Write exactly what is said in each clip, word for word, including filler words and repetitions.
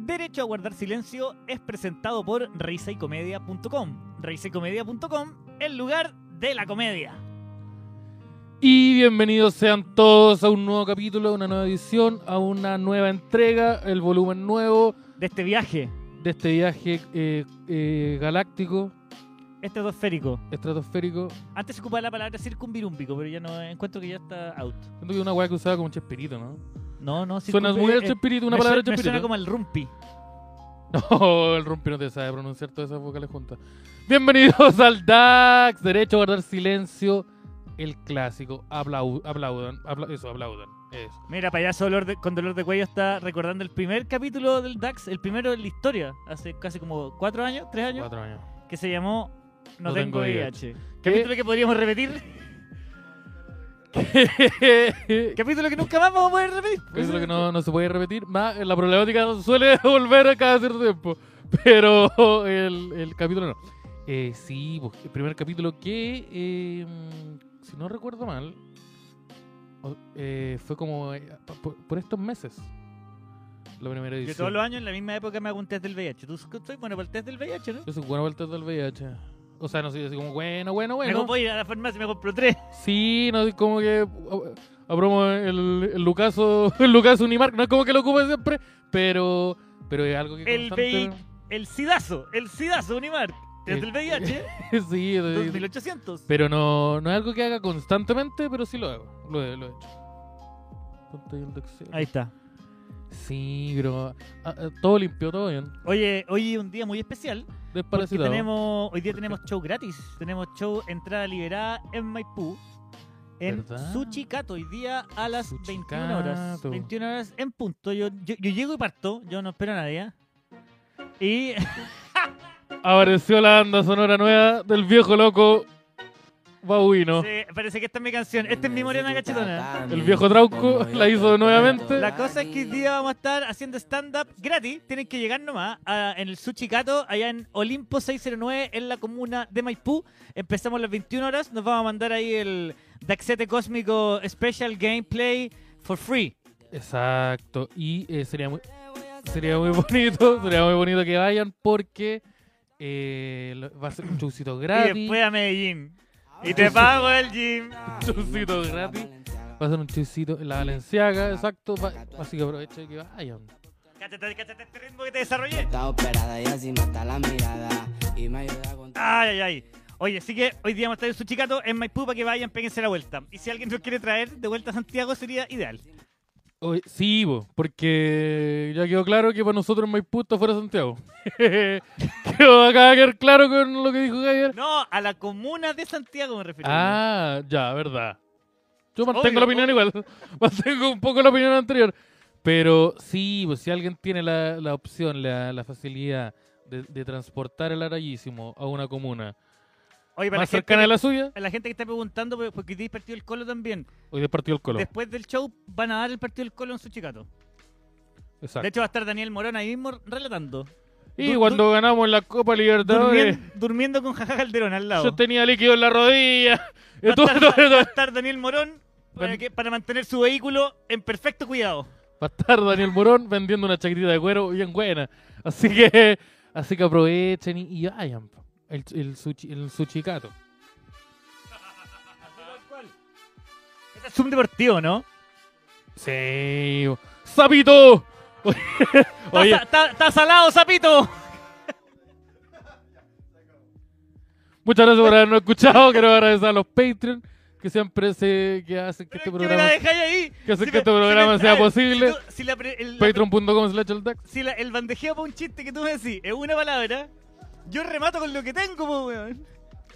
Derecho a Guardar Silencio es presentado por risa y comedia punto com. risa y comedia punto com, el lugar de la comedia. Y bienvenidos sean todos a un nuevo capítulo, a una nueva edición, a una nueva entrega, el volumen nuevo De este viaje de este viaje eh, eh, galáctico, estratosférico. estratosférico. Antes se ocupaba la palabra circunvirúmbico, pero ya no encuentro que ya está out. Siento que es una weá que usaba como Chespirito, ¿no? No, no, Suena circunvi- muy el eh, Chespirito, una me palabra suena- Me Chespirito. suena como el rumpi. No, el Rumpi no te sabe pronunciar todas esas vocales juntas. Bienvenidos al DAX, Derecho a Guardar Silencio, el clásico. Aplau- aplaudan, apla- eso, aplaudan. Eso. Mira, payaso dolor de- con dolor de cuello está recordando el primer capítulo del DAX, el primero de la historia, hace casi como cuatro años, tres años, Cuatro años. que se llamó No, No tengo tengo V I V I H. H. Capítulo que podríamos repetir, capítulo que nunca más vamos a poder repetir. Es lo que no, no se puede repetir. Más, la problemática suele volver cada cierto tiempo. Pero el, el capítulo no. Eh, sí, pues, el primer capítulo que, eh, si no recuerdo mal, o- eh, fue como eh, por, por estos meses. La primera Yo edición. todos los años en la misma época me hago un test del V I H. Tú soy bueno para el test del V I H, ¿no? Yo soy bueno vueltas del V I H. O sea, no sé, así como bueno, bueno, Me bueno. voy a ir a la farmacia y me compro tres. Sí, no es como que uh, apromo el, el Lucaso, el Lucaso Unimark, no es como que lo ocupe siempre, pero pero es algo que El constante- V I El SIDAzo, el SIDAZO Unimark. Test Eh, del V I H, sí, de- dos mil ochocientos. pero no, no es algo que haga constantemente, pero sí lo hago, lo he, lo he hecho. Ponte ahí el Dexel. Ahí está. Sí, pero ah, ah, todo limpio, todo bien. Oye, hoy es un día muy especial. Porque Desparasitado. tenemos, hoy día tenemos show gratis. Tenemos show entrada liberada en Maipú. En ¿Verdad? Suchicato, hoy día a las Suchicato. veintiuna horas. veintiuna horas en punto. Yo, yo, yo llego y parto. Yo no espero a nadie. ¿eh? Y Apareció la banda sonora nueva del viejo loco Babuino. sí, parece que esta es mi canción. Esta es mi morena cachetona. El viejo Trauco la hizo nuevamente. La cosa es que hoy día vamos a estar haciendo stand-up gratis. Tienen que llegar nomás a- en el Suchicato, allá en Olimpo seiscientos nueve, en la comuna de Maipú. Empezamos a las veintiuna horas. Nos vamos a mandar ahí el Daxete Cósmico Special Gameplay for free. Exacto. Y eh, sería muy sería muy bonito, sería muy bonito que vayan porque eh, lo- va a ser un showcito Y gratis. después a Medellín. Y te pago el gym. Un showcito gratis. Va a ser un showcito en la Valenciaga, exacto. va- Así que aprovechen que vayan. Cáchate, cáchate este ritmo que te desarrollé. Está operada y así mata la mirada y me ayuda a contar. Ay, ay, ay. Oye, así que hoy día vamos a estar en Suchicato, en Maipú, para que vayan, péguense la vuelta. Y si alguien nos quiere traer de vuelta a Santiago, sería ideal. Oye, sí, bo, porque ya quedó claro que para nosotros Maipú está fuera de Santiago. Quedó acá de quedar claro con lo que dijo Javier. No, a la comuna de Santiago me refiero. Ah, ya, verdad. Yo mantengo Obvio, la opinión obvio. igual. Mantengo un poco la opinión anterior. Pero sí, pues si alguien tiene la, la opción, la, la facilidad de, de transportar el arayísimo a una comuna Oye, para la más gente, cercana a la suya, a la gente que está preguntando, pues, porque hoy día es partido del Colo también. hoy de partido el color. Después del show van a dar el partido del Colo en Suchicato. Exacto. De hecho, va a estar Daniel Morón ahí mismo relatando. y du- cuando ganamos la Copa Libertadores, Durmien- durmiendo con Jaja Calderón al lado. yo tenía líquido en la rodilla. Va a Todo- estar, todo- va a estar Daniel Morón para, Ven- que- para mantener su vehículo en perfecto cuidado. Va a estar Daniel Morón vendiendo una chaquetita de cuero bien buena. Así que así que aprovechen y, y vayan. po. El, el, sushi, el Suchicato. Ese es un deportivo, ¿no? Sí. ¡Sapito! Oye, Está, está- está salado, sapito. muchas gracias por habernos escuchado. Quiero agradecer a los Patreon que siempre se que hacen que este ¿Qué me la programa dejáis ahí? que hacen Si que me- este si programa me- sea a ver, posible. Si, tú- si la pre- el, la- Patreon punto com slash el DAX. si la- el bandejeo para un chiste que tú me decís es una palabra, yo remato con lo que tengo, po, weón.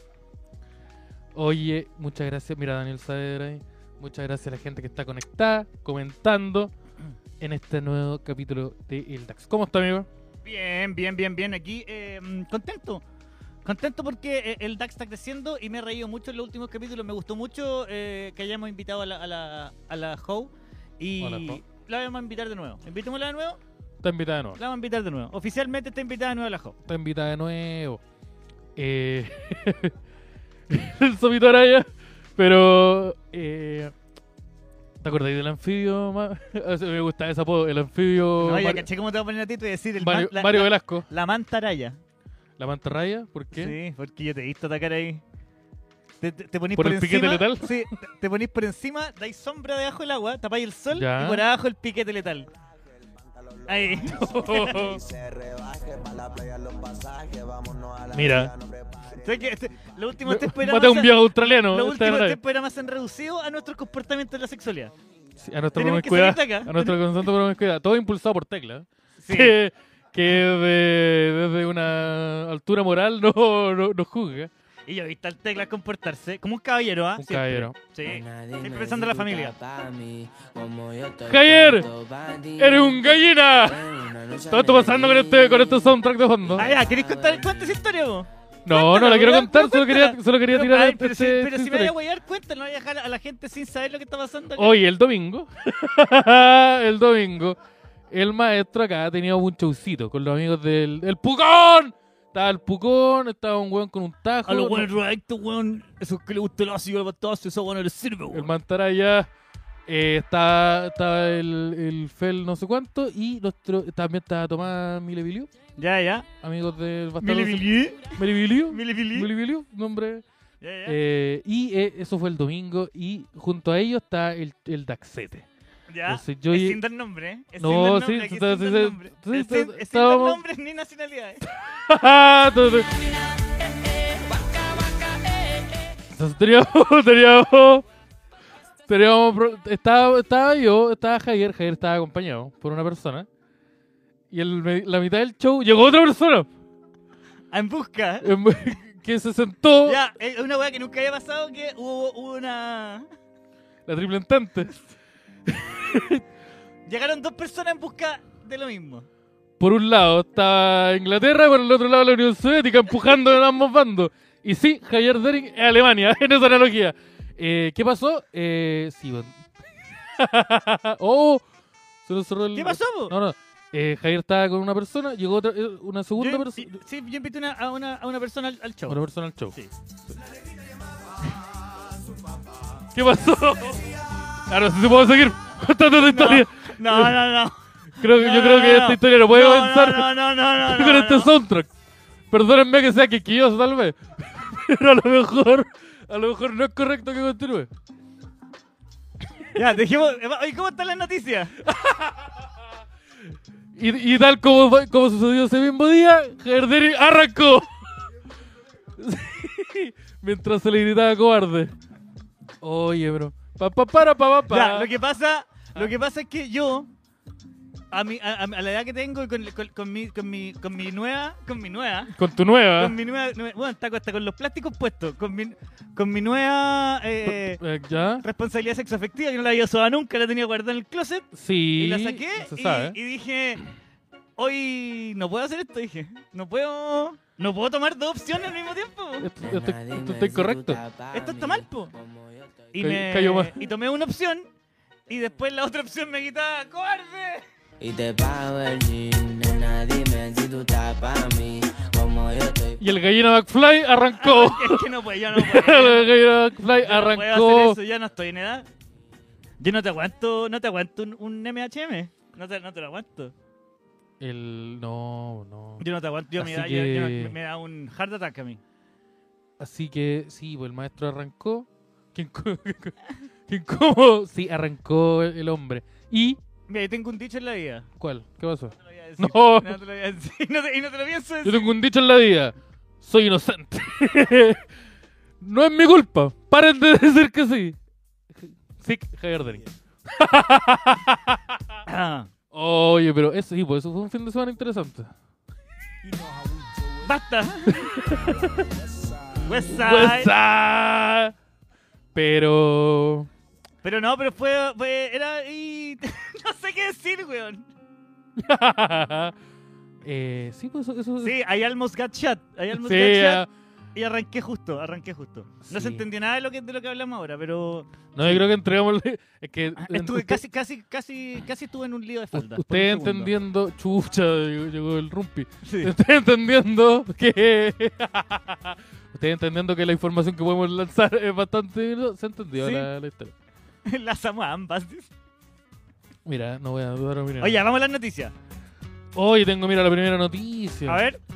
Oye, muchas gracias. Mira, Daniel Saavedra ahí. Muchas gracias a la gente que está conectada, comentando en este nuevo capítulo de El DAX. ¿Cómo está, amigo? Bien, bien, bien, bien. Aquí, eh, contento. Contento porque eh, el DAX está creciendo y me he reído mucho en los últimos capítulos. Me gustó mucho eh, que hayamos invitado a la, a la, a la How. Y Hola, How. la vamos a invitar de nuevo. ¿Invitémosla de nuevo? Está invitada de nuevo. La vamos a invitar de nuevo. Oficialmente está invitada de nuevo a la How. Está invitada de nuevo. Eh... el Sopito Araya. Pero... Eh... ¿Te acordáis del anfibio? ma- O sea, me gusta ese apodo, el anfibio No, ya Mario, caché cómo te voy a poner a ti, te voy a decir el Mario, man- la, Mario la- Velasco. la mantaraya. ¿La mantarraya? ¿Por qué? Sí, porque yo te he visto atacar ahí. Te, te, te ponís ¿Por por, el piquete encima. letal? Sí, te, te ponís por encima, dais sombra debajo del agua, tapáis el sol Ya. y por abajo el piquete letal. Ahí. Mira, ¿Sabes qué? Este- los últimos tiempos era mate a un más- viejo australiano. los esta últimos era- tiempos era más en reducido a nuestros comportamientos en la sexualidad. Sí, a nuestra Tenemos que promiscuidad. salir de acá. A nuestra constante promiscuidad. Todo impulsado por Tecla. Sí. Que, que de- desde una altura moral no, no, no juzga. Y yo he visto al Tecla comportarse como un caballero, ¿ah? Un Siempre. caballero. Sí. Siempre pensando en la familia. Javier, ¡eres un gallina! ¿Todo esto pasando con este, con este soundtrack de fondo? Ah, ya, ¿queréis contar cuánta esa historia, vos? No, no Cuéntala, la quiero ya, contar, no, solo quería, cuéntala. solo quería Pero, tirar ay, este, pero, si, este pero si me easter voy a egg. huear, cuéntalo, no voy a dejar a la gente sin saber lo que está pasando acá. Hoy, el domingo, el domingo, el maestro acá tenía un showcito con los amigos del el Pucón. Estaba el Pucón, estaba un weón con un tajo. A los buenos drogadictos, weón, esos que le gusta el ácido, el batazo, eso bueno les sirve, El weón. Mantaraya, eh, estaba, estaba el, el Fel no sé cuánto, y nuestro, también estaba Tomás Milevilio, Ya, ya. amigos del Bastardo. Milibilí. Milevilio. Milibilí. Milevilio, nombre. Ya, ya. Eh, y eh, eso fue el domingo, y junto a ellos está el, el Daxete. Ya. entonces yo es y- sin dar nombre, ¿eh? Es No, sin dar sí, nombre, aquí sí, es sin sí, dar sí, nombre. sí, Es sí, sin- es sin dar estábamos- nombres ni nacionalidades. Entonces, entonces teníamos, teníamos, teníamos pro- estaba, estaba yo, estaba Javier, Javier estaba acompañado por una persona, y el, me- la mitad del show llegó otra persona En busca. em, que se sentó, Ya, es una weá que nunca había pasado, que hubo una... la triple entente. Llegaron dos personas en busca de lo mismo. Por un lado estaba Inglaterra y por el otro lado la Unión Soviética empujando en ambos bandos. Y sí, Javier Dering es Alemania, en esa analogía. Eh, ¿Qué pasó? Eh, sí, bueno. Oh, se nos cerró el... ¿Qué pasó, po? No, no. Eh, Javier estaba con una persona, llegó otra, eh, una segunda Yo- persona. Sí, yo invité una- a, una, a una persona al, al show. Una persona al show. Sí. ¿Qué pasó? Ah, no sé si puedo seguir contando esta historia. No, no, no. Creo, que- No, yo creo no, que no. esta historia no puede No, avanzar No, no, no, no. con no, este no. soundtrack. Perdónenme que sea quisquilloso tal vez, pero a lo mejor, a lo mejor no es correcto que continúe. Ya, dejemos... Oye, ¿cómo están las noticias? Y, y tal como, fue- como sucedió ese mismo día, Javier Dering arrancó. Sí, mientras se le gritaba cobarde. Oye, bro. Pa, pa, para, pa, pa, pa. Ya, lo que pasa... Lo que pasa es que yo... A, mi, a, a la edad que tengo y con, con, con mi, con, mi, con mi nueva... Con mi nueva... Con tu nueva. Con mi nueva... nue- Bueno, está hasta con los plásticos puestos. Con mi, con mi nueva... Eh, Eh, ¿Ya? responsabilidad sexoafectiva, que no la había usado nunca, la tenía guardada en el closet. Sí. Y la saqué Se y, sabe. y dije, hoy no puedo hacer esto, dije. No puedo no puedo tomar dos opciones al mismo tiempo. Esto, esto- esto está incorrecto. Esto está mal, po. Y, Cay- me, cayó mal. y tomé una opción y después la otra opción me quitaba, ¡cobarde! Y te pago el jean, nena, dime si tú estás pa' mí, como yo estoy. Y el gallina McFly arrancó. Es que no puedo, yo no el puedo. Yo gallina McFly no puedo hacer arrancó. eso, ya no estoy en edad. Yo no te aguanto, no te aguanto un, un M H M. No te, no te lo aguanto. El. No, no. Yo no te aguanto, yo me Así da, yo- yo no- que- me, me da un heart attack a mí. Así que sí, pues el maestro arrancó. Qué incó- qué incómodo. Sí, arrancó el, el hombre. ¿Y Mira, yo tengo un dicho en la vida. cuál? ¿Qué pasó? No te lo voy a decir. No. No te lo voy a decir. Y no te, y no te lo pienso Yo decir. tengo un dicho en la vida. Soy inocente. No es mi culpa. Paren de decir que sí. Sí, Javier Dering. Ah, Oye, pero eso sí, pues eso fue un fin de semana interesante. ¡Basta! West Side. West Side. Pero. Pero no, pero fue, fue era y no sé qué decir, weón. eh, sí, pues eso. eso Sí, I almost got shot. I almost sí, got ah, shot. Y arranqué justo, arranqué justo. No Sí. se entendió nada de lo que de lo que hablamos ahora, pero no, yo creo que entregamos. Es que. estuve usted- casi, casi, casi, casi estuve en un lío de falda. Usted entendiendo. Chucha, llegó, llegó el rumpi. Sí. Usted entendiendo que. Usted entendiendo que la información que podemos lanzar es bastante. ¿no? Se entendió Sí. la, la historia. Enlazamos a ambas. Mira, no voy a dudar. Mira. Oye, vamos a las noticias. Hoy tengo, mira, la primera noticia. A ver.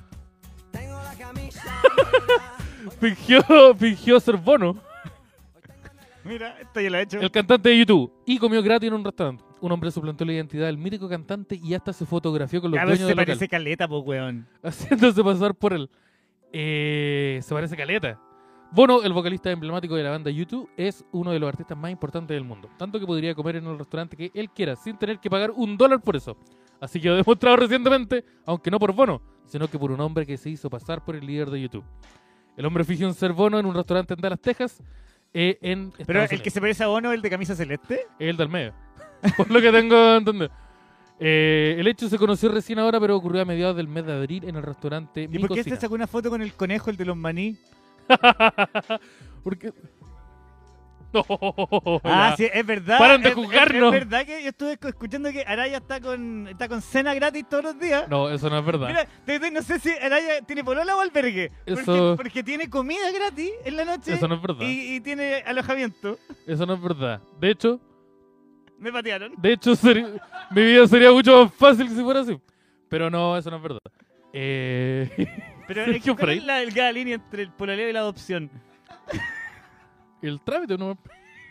Fingió, fingió ser Bono, Mira, esto ya lo he hecho. el cantante de YouTube, y comió gratis en un restaurante. Un hombre suplantó la identidad del mítico cantante y hasta se fotografió con los A ver, dueños se del local, parece caleta, po, weón. haciéndose pasar por él. Eh, se parece caleta. Bono, el vocalista emblemático de la banda YouTube, es uno de los artistas más importantes del mundo. Tanto que podría comer en el restaurante que él quiera, sin tener que pagar un dólar por eso. Así que lo he demostrado recientemente, aunque no por Bono, sino que por un hombre que se hizo pasar por el líder de YouTube. El hombre fingió en ser Bono en un restaurante en Dallas, Texas, eh, en Estados Pero el Unidos. que se parece a Bono, el de camisa celeste. Es el del medio. Por lo que tengo entendido. Eh, el hecho se conoció recién ahora, pero ocurrió a mediados del mes de abril en el restaurante ¿Y Mi por qué Cocina. se sacó una foto con el conejo, el de los maní? Porque... No, Ah, ya. sí, es verdad. Paren de es- es- juzgarnos. Es, verdad que yo estuve escu- escuchando que Araya está con está con cena gratis todos los días. No, eso no es verdad. Mira, te- te- no sé si Araya tiene polola o albergue. Porque, Eso- porque tiene comida gratis en la noche Eso no es verdad. y, y tiene alojamiento. Eso no es verdad. De hecho, Me patearon. de hecho seri- mi vida sería mucho más fácil si fuera así. Pero no, eso no es verdad. Eh... Pero es Sergio que, ¿cuál es Frey. la delgada línea entre el pololeo y la adopción? el trámite no.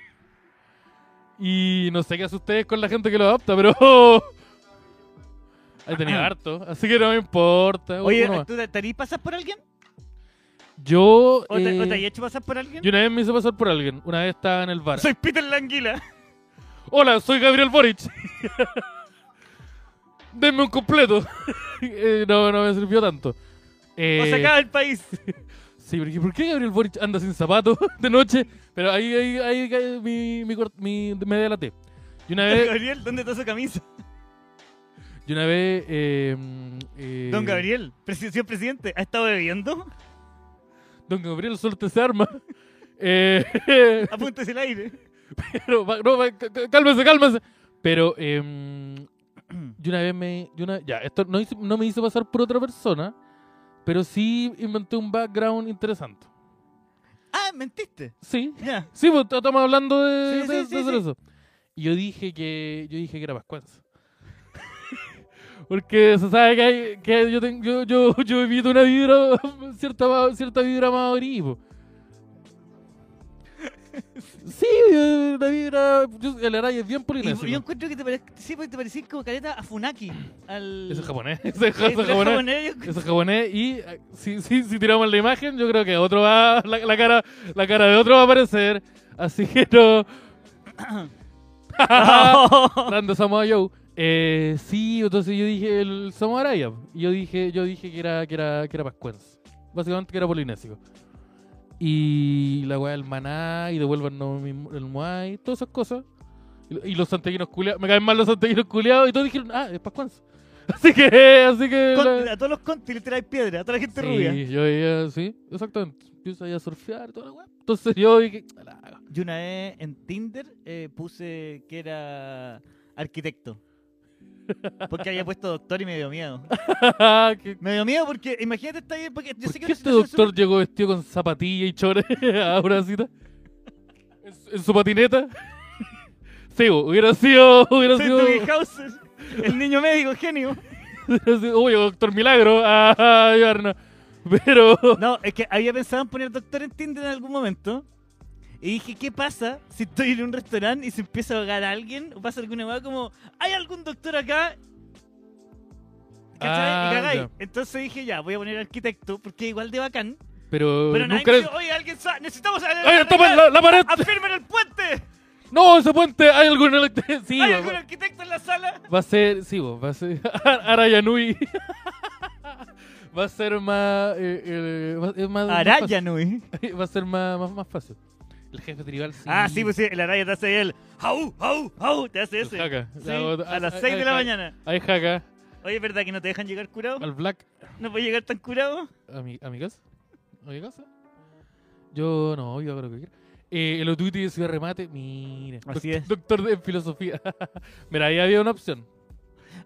Y no sé qué hace ustedes con la gente que lo adopta, pero ahí tenía harto, así que no me importa. Oye, uno más. ¿tú te, te pasas por alguien? yo, ¿O te, eh, o te has hecho pasar por alguien? yo una vez me hice pasar por alguien. Una vez estaba en el bar. Soy Peter Languila. Hola, soy Gabriel Boric. Denme un completo. Eh, no, no me sirvió tanto. Eh, O se acaba el país. Sí, porque ¿por qué Gabriel Boric anda sin zapatos de noche? Pero ahí, ahí, ahí, ahí mi, mi, cort- mi- me delaté. Y una vez, Gabriel, ¿dónde está su camisa? y una vez eh, eh, Don Gabriel, presi- señor presidente, ¿ha estado bebiendo? Don Gabriel, suéltese arma. Eh, Apúntese el aire. pero, va- no, va, cá- cá- cálmese, cálmese. Pero, eh, yo una vez me. yo una- ya, esto no, hice- no me hice pasar por otra persona, pero sí inventé un background interesante. Ah, mentiste. Sí, Ya. sí, pues estamos hablando de, Sí, de- sí, de sí, hacer sí. eso. Y yo dije que yo dije que era pascuense. Porque se sabe que, hay, que yo, tengo, yo, yo, yo emito una vibra, cierta, cierta vibra maorí, po. Sí, una vibra. yo- el Araya es bien Y polinesio. yo encuentro que te parece, sí, porque te parecís como caleta a Funaki. Al... Ese es japonés. Ese es Sí, tú eres japonés. japonés, yo- Ese es japonés. Y eh, si, si, si tiramos la imagen, yo creo que otro va. La, la cara, la cara de otro va a aparecer. Así que no. Grande Samoa Joe. Eh, sí, entonces yo dije el Samoa Araya. Y yo dije, yo dije que era, que era, que era pascuense. Básicamente que era polinesio. Y la weá del maná y devuélvanos mi- el muay, todas esas cosas. Y, y los santeguinos culiados, me caen mal los santeguinos culiados y todos dijeron, ah, es pascuense. Así que, así que. Con- la- a todos los contis le tiráis piedra, a toda la gente sí, rubia. yo veía, sí, exactamente. Yo sabía surfear y toda la weá. Entonces yo dije, "A la haga". Yo una vez en Tinder eh, puse que era arquitecto. Porque había puesto doctor y me dio miedo. ¿Qué- Me dio miedo porque, imagínate, está ahí, porque yo ¿Por sé que qué una este situación doctor súper- llegó vestido con zapatilla y chores a una cita? ¿En, su- en su patineta? Sí, bo, hubiera sido. Hubiera Soy sido. Dewey Hauser, el niño médico, genio. hubiera sido- Uy, doctor Milagro a llevarnos. Pero. No, es que había pensado en poner doctor en Tinder en algún momento. Y dije, ¿qué pasa si estoy en un restaurante y se empieza a ahogar a alguien? O pasa alguna cosa como, ¿hay algún doctor acá? ¿Cachai? Ah, y cagáis. ya. Entonces dije, ya, voy a poner arquitecto porque es igual de bacán. Pero. Pero nadie nunca me le- dijo, oye, alguien sabe, necesitamos... ¡Ay, toma la, la pared! ¡Afirmen el puente! ¡No, ese puente! ¿Hay algún electricidad? Sí, ¿Hay va, algún va- arquitecto en la sala? va a ser. Sí, bo, va a ser. Arayanui. Va a ser más. Eh, eh, va, es más más Araya, Nui. fácil. Va a ser más, más, más fácil. El jefe tribal sí. Ah, sí, pues sí, el Araya te hace el... ¡Jau, jau, jau! Te hace El ese. jaca. Sí, Ya, o- a las hay- seis de hay la jaca. mañana. Hay jaca. Oye, ¿es verdad que no te dejan llegar curado? Al black. ¿No puedes llegar tan curado? ¿A mi, a mi casa? ¿A mi casa? Yo no, yo hago lo que quiero. Eh, el Otuiti de Ciudad Remate, mire. Así doc- es. Doctor de filosofía. Mira, ahí había una opción.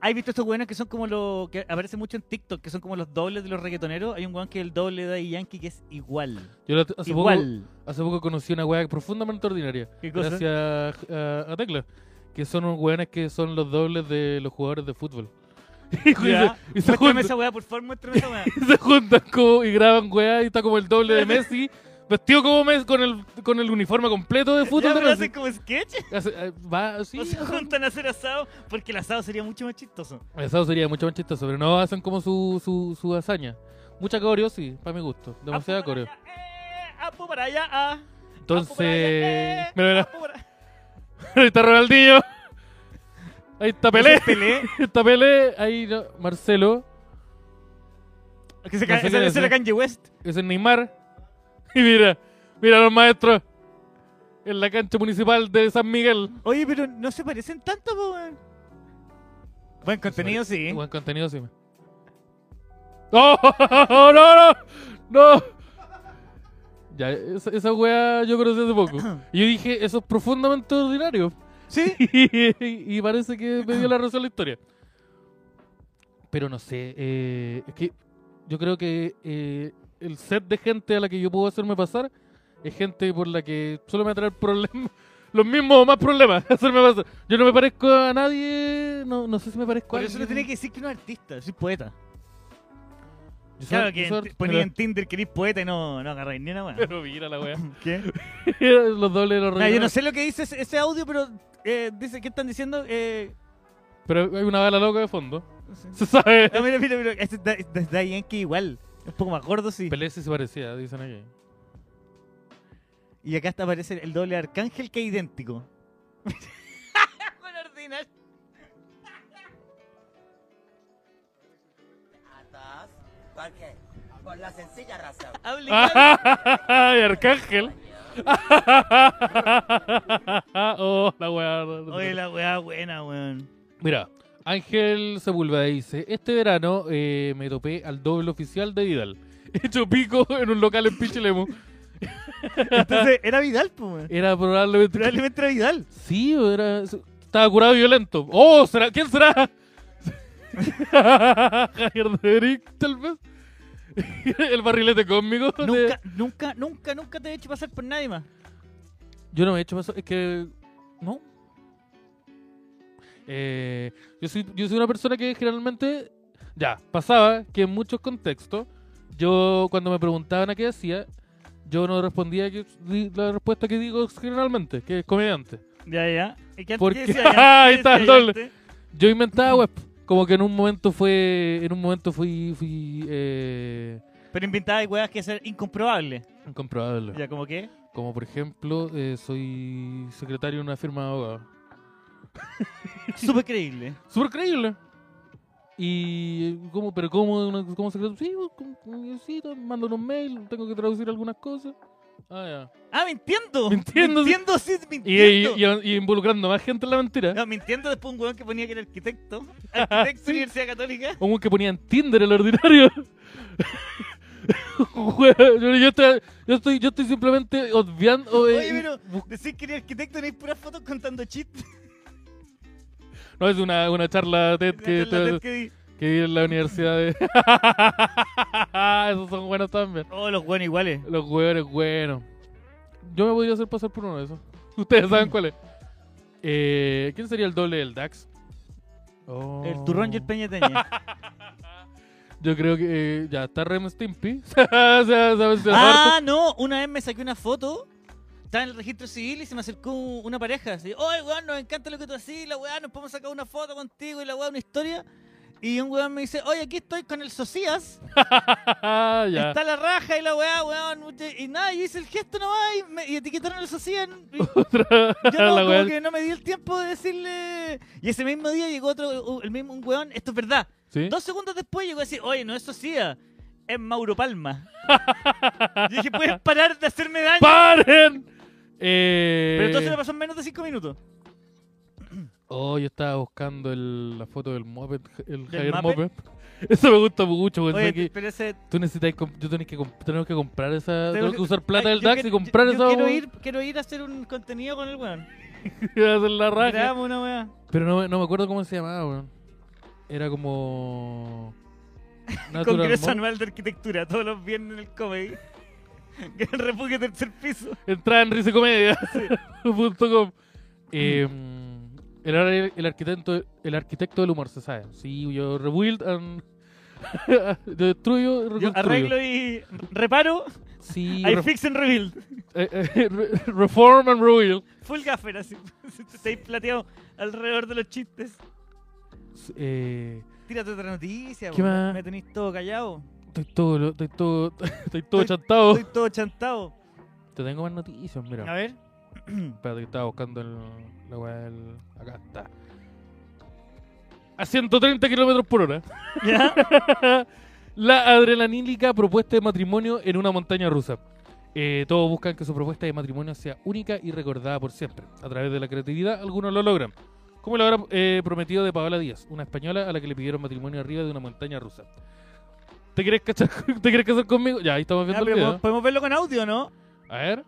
¿Has visto estos weones que son como los que aparecen mucho en TikTok, que son como los dobles de los reggaetoneros? Hay un weón que es el doble de Daddy Yankee que es igual. Yo lo- hace, poco, igual. hace poco conocí una weá profundamente ordinaria. ¿Qué cosa? Gracias a, a Tecla. Que son unos weones que son los dobles de los jugadores de fútbol. y, se, Ya. y se Muéstrame juntan, esa weá, por favor, muéstrame esa weá. y se juntan como, y graban weá y está como el doble de Messi. Vestido como Messi con el, con el uniforme completo de fútbol Ya, de pero Messi. hacen como sketch. Hace- eh, va así. O se juntan a hacer asado, porque el asado sería mucho más chistoso. Eso sería mucho más chistoso, pero no hacen como su, su, su hazaña. Mucha coreo, sí, para mi gusto. Demasiada Apu para coreo. allá, eh, apu para allá, ah. Entonces, Apu para allá, eh, mira, mira. apu para- Ahí está Ronaldinho. Ahí está Pelé. Ese es Pelé. Ahí está Pelé. Ahí no, Marcelo. Que se No ca- sé ese quién ese es, era eh. Kanye West. Ese es Neymar. Y mira, mira a los maestros. En la cancha municipal de San Miguel. Oye, pero no se parecen tanto, po, weón. Buen contenido, sí. Buen contenido, sí. ¡Oh! ¡No, no! ¡No! Ya, esa, esa wea yo conocí hace poco. Y yo dije, eso es profundamente ordinario. Sí. y, y parece que me dio la razón la historia. Pero no sé, eh, es que yo creo que eh, el set de gente a la que yo puedo hacerme pasar es gente por la que solo me va a traer problemas, los mismos o más problemas. Hacerme pasar. Yo no me parezco a nadie, no, no sé si me parezco Por a eso no alguien. tiene que decir que no es artista, soy poeta. Yo soy- Claro, yo que soy en- art- ponía pero- en Tinder que eres poeta y no, no agarráis ni una weá. Pero mira la wea. ¿Qué? Los dobles de los Nah, yo no rellenos. sé lo que dice ese, ese audio, pero eh, dice, ¿qué están diciendo? Eh, Pero hay una bala loca de fondo. Se sabe. ah, mira, mira, mira, este es Da- este es Daddy Yankee igual. Un poco más gordo, sí. Pelé sí se parecía, dicen aquí. Y acá está aparece el doble de Arcángel que es idéntico. Con ordinario. Atrás. ¿Por qué? Por la sencilla razón. Obligado. ¡Ay, Arcángel! oh, la weá. Oye, la weá buena, weón. Mira, Ángel Sepúlveda dice: Este verano eh, me topé al doble oficial de Vidal. Hecho pico en un local en Pichilemu. Entonces, era Vidal, pues, weón. Era probablemente. Probablemente era Vidal. Sí, era. Estaba curado y violento. ¡Oh! ¿será? ¿Quién será? Javier Derick, tal vez. El barrilete cósmico. de- Nunca, nunca, nunca, nunca te he hecho pasar por nadie más. Yo no me he hecho pasar. Es que. No. Eh, yo, soy, yo soy una persona que generalmente. Ya, pasaba que en muchos contextos. Yo, cuando me preguntaban a qué hacía, yo no respondía que, di- la respuesta que digo generalmente, que es comediante. Ya, ya. ¿Y qué, Porque- qué decía ya? Ahí ¿Qué está el decía ya doble. antes? Yo inventaba web. Como que en un momento fue. En un momento fui. fui eh, Pero inventaba weas que ser incomprobables. incomprobable. Ya, ¿como qué? Como por ejemplo, eh, soy secretario de una firma de abogados. Súper creíble. Súper creíble. Y, ¿cómo? ¿Pero cómo? una- ¿Cómo secretario? Sí, pues, como- como- sí, mando unos mails, tengo que traducir algunas cosas. Ah, Ah, mintiendo. Mintiendo, sí. Mintiendo, sí, ya. Y, mintiendo. y- y- y involucrando más gente en la mentira. No, mintiendo después un weón que ponía que era arquitecto. Arquitecto Sí. Universidad Católica. Un güey que ponía en Tinder el ordinario. Güey, yo, yo estoy, yo, estoy, yo estoy simplemente obviando. eh, Oye, pero bus- decir que eres arquitecto tenéis puras fotos contando chistes. No, es una, una charla TED que, La te- tez que di. que di en la universidad de. Esos son buenos también. Oh, los buenos iguales. Los hueones buenos. Yo me podría hacer pasar por uno de esos. Ustedes saben cuál es. Eh, ¿Quién sería el doble del Dax? Oh. El turrón y el peñateña. Yo creo que eh, ya está Rem Stimpy. Se ha- se ha mencionado Ah, harto. no. Una vez me saqué una foto. Estaba en el registro civil y se me acercó una pareja. Así, oye, weón, nos encanta lo que tú haces. La weá, nos podemos sacar una foto contigo y la weá, una historia. Y un weón me dice, oye, aquí estoy con el Socias. ya. Está la raja y la weá, weón. Y nada, yo hice el gesto nomás y, me, y etiquetaron al Socias. Y Otra- yo no, la como wea- que no me di el tiempo de decirle. Y ese mismo día llegó otro, el mismo un weón. Esto es verdad. ¿Sí? Dos segundos después llegó a decir, oye, no es Socias, es Mauro Palma. Yo dije, puedes parar de hacerme daño. ¡Paren! Eh... Pero entonces me pasó en menos de cinco minutos. Oh, yo estaba buscando el- la foto del Moped, el ¿Del Javier Muppet? Moped. Eso me gusta mucho, güey. Oye, que pero ese. tú necesitas, comp- yo tenés que, comp- tenemos que comprar esa, tengo tengo que usar plata Ay, del yo Dax quiero- y comprar yo, esa yo quiero ir, quiero ir a hacer un contenido con el weón. y hacer la raja. Grabamos una weá. Pero no, me- no me acuerdo cómo se llamaba, weón. era como... Natural Congreso Mall. anual de arquitectura, todos los viernes en el Comedy. Gran refugio tercer piso. Entrada en risecomedia punto com. Eh, el, ar- el arquitecto el arquitecto del humor, se sabe. Sí, yo rebuild and yo destruyo y Yo reconstruyo. arreglo y reparo. Sí, I re- fix and rebuild. eh, eh, re- reform and rebuild. Full gaffer, así. Te estáis plateado alrededor de los chistes. Eh, Tírate otra noticia, ¿Qué po. más? Me tenéis todo callado. estoy todo, lo- estoy todo, estoy todo Estoy- chantado. Estoy todo chantado. Te tengo más noticias, mira. A ver. Espérate que estaba buscando el, la weá del... Acá está. A ciento treinta kilómetros por hora. ¿Ya? La adrenanílica propuesta de matrimonio en una montaña rusa. Eh, todos buscan que su propuesta de matrimonio sea única y recordada por siempre. A través de la creatividad, algunos lo logran. Como lo habrá eh, prometido de Paola Díaz, una española a la que le pidieron matrimonio arriba de una montaña rusa. ¿Te quieres, cachar, ¿te quieres casar conmigo? Ya, ahí estamos Ya, viendo pero el video. po- podemos verlo con audio, ¿no? A ver.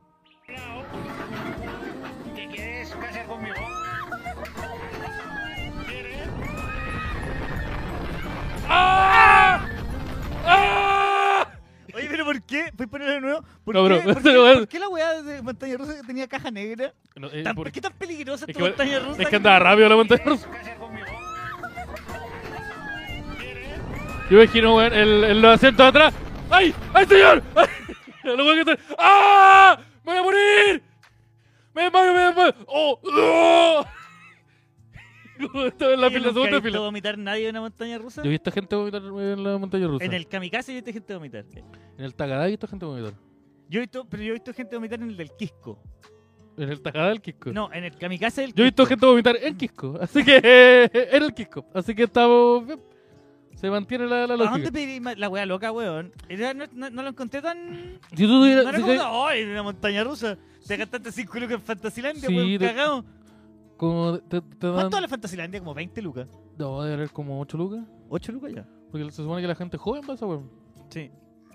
¿Te quieres casar conmigo? ¡Ah! ¡Ah! Oye, pero ¿por qué? ¿Puedes ponerlo de nuevo? ¿Por, No, qué, bro, ¿por, esa qué, no es- por qué la weá de montaña rusa tenía caja negra? No, eh, Tan- por- ¿Por qué tan peligrosa es esta que- montaña rusa? es que andaba rápido la montaña rusa. Yo imagino, weón, el, el, los asientos de atrás. ¡Ay! ¡Ay, señor! ¡Ay! Lo weón que está- ¡Ah! ¡Me voy a morir! ¡Me desmayo, me desmayo! ¡Oh! ¡Oh! Como estaba en la, Oye, fila, la ¿nunca segunda has visto fila. vomitar nadie en una montaña rusa? Yo he visto gente vomitar en la montaña rusa. En el kamikaze yo he visto gente vomitar. En el Tagadá he visto gente vomitar. Yo he visto, pero yo he visto gente vomitar en el del Quisco. En el Tagadá del Quisco. No, en el kamikaze del Yo he visto Quisco. gente vomitar en Quisco. Así que eh, en el Quisco. Así que estamos bien. Se mantiene la, la ¿A dónde lógica. pedí ma- la wea loca, weón? Era- no, no- no lo encontré tan... Si tú tuvieras- No era si como, que- ¡ay, en una montaña rusa! Te gastaste cinco lucas en Fantasilandia, Sí, weón, te- cagado. como te, te dan- ¿Cuánto vale Fantasilandia? Como veinte lucas. No, debe haber como ocho lucas. ¿ocho lucas ya? Porque se supone que la gente joven pasa, weón. Sí.